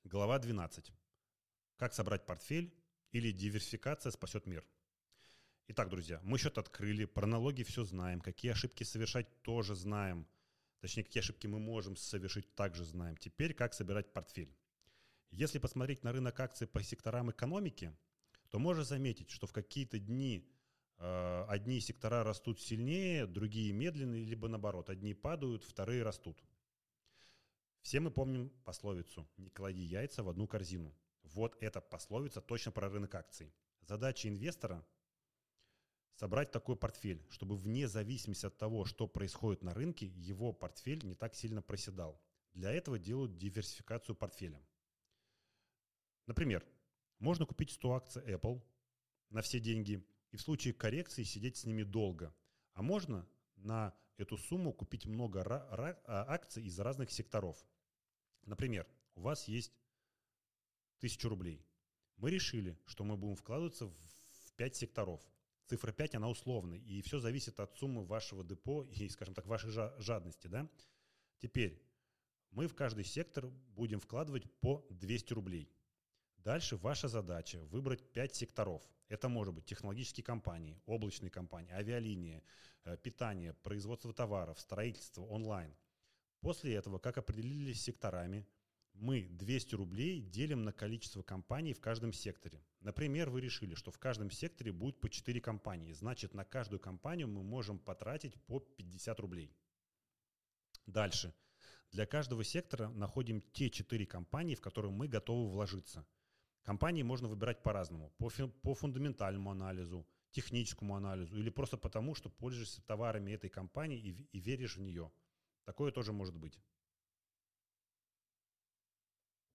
Глава 12. Как собрать портфель или диверсификация спасет мир. Итак, друзья, мы счет открыли, про налоги все знаем, какие ошибки совершать тоже знаем. Точнее, какие ошибки мы можем совершить, также знаем. Теперь, как собирать портфель. Если посмотреть на рынок акций по секторам экономики, то можно заметить, что в какие-то дни одни сектора растут сильнее, другие медленнее, либо наоборот, одни падают, вторые растут. Все мы помним пословицу «не клади яйца в одну корзину». Вот эта пословица точно про рынок акций. Задача инвестора – собрать такой портфель, чтобы вне зависимости от того, что происходит на рынке, его портфель не так сильно проседал. Для этого делают диверсификацию портфеля. Например, можно купить 100 акций Apple на все деньги и в случае коррекции сидеть с ними долго. А можно на эту сумму купить много акций из разных секторов. Например, у вас есть 1000 рублей. Мы решили, что мы будем вкладываться в 5 секторов. Цифра 5, она условная, и все зависит от суммы вашего депо и, скажем так, вашей жадности. Да? Теперь мы в каждый сектор будем вкладывать по 200 рублей. Дальше ваша задача выбрать 5 секторов. Это может быть технологические компании, облачные компании, авиалинии, питание, производство товаров, строительство, онлайн. После этого, как определились секторами, мы 200 рублей делим на количество компаний в каждом секторе. Например, вы решили, что в каждом секторе будет по 4 компании. Значит, на каждую компанию мы можем потратить по 50 рублей. Дальше. Для каждого сектора находим те 4 компании, в которые мы готовы вложиться. Компании можно выбирать по-разному. По фундаментальному анализу, техническому анализу или просто потому, что пользуешься товарами этой компании и веришь в нее. Такое тоже может быть.